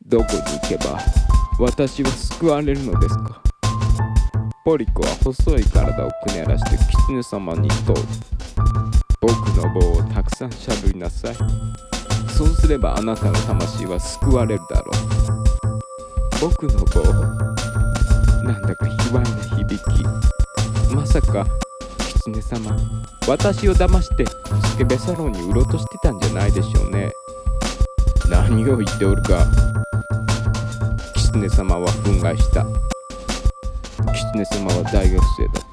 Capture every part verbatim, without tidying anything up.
どこに行けば私は救われるのですか。ポリコは細い体をくねらして狐様に問う。僕の棒をたくさんしゃぶりなさい。そうすればあなたの魂は救われるだろう。僕の棒、なんだか卑猥な響き。まさか狐様、私を騙してスケベサロンに売ろうとしてたんじゃないでしょうね。何を言っておるか。狐様は憤慨した。狐様は大学生だった。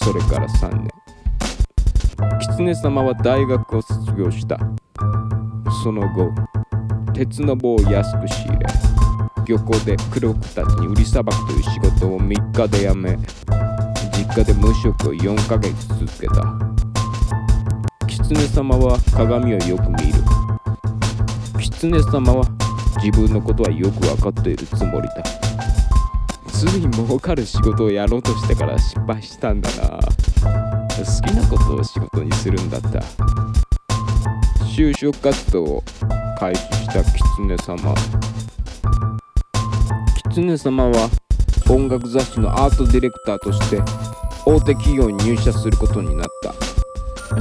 それからさんねん、狐様は大学を卒業した。その後、鉄の棒を安く仕入れ、漁港で黒子たちに売りさばくという仕事をみっかで辞め、実家で無職をよんかげつ続けた。狐様は鏡をよく見る。狐様は自分のことはよく分かっているつもりだ。つい儲かる仕事をやろうとしてから失敗したんだな。好きなことを仕事にするんだった。就職活動を開始した狐様。狐様は音楽雑誌のアートディレクターとして大手企業に入社することになった。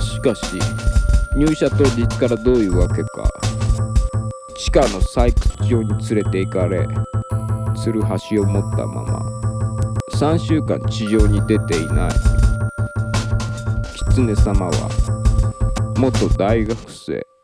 しかし入社当日からどういうわけか、地下の採掘場に連れて行かれ、つるはしを持ったままさんしゅうかん地上に出ていない。狐様は元大学生。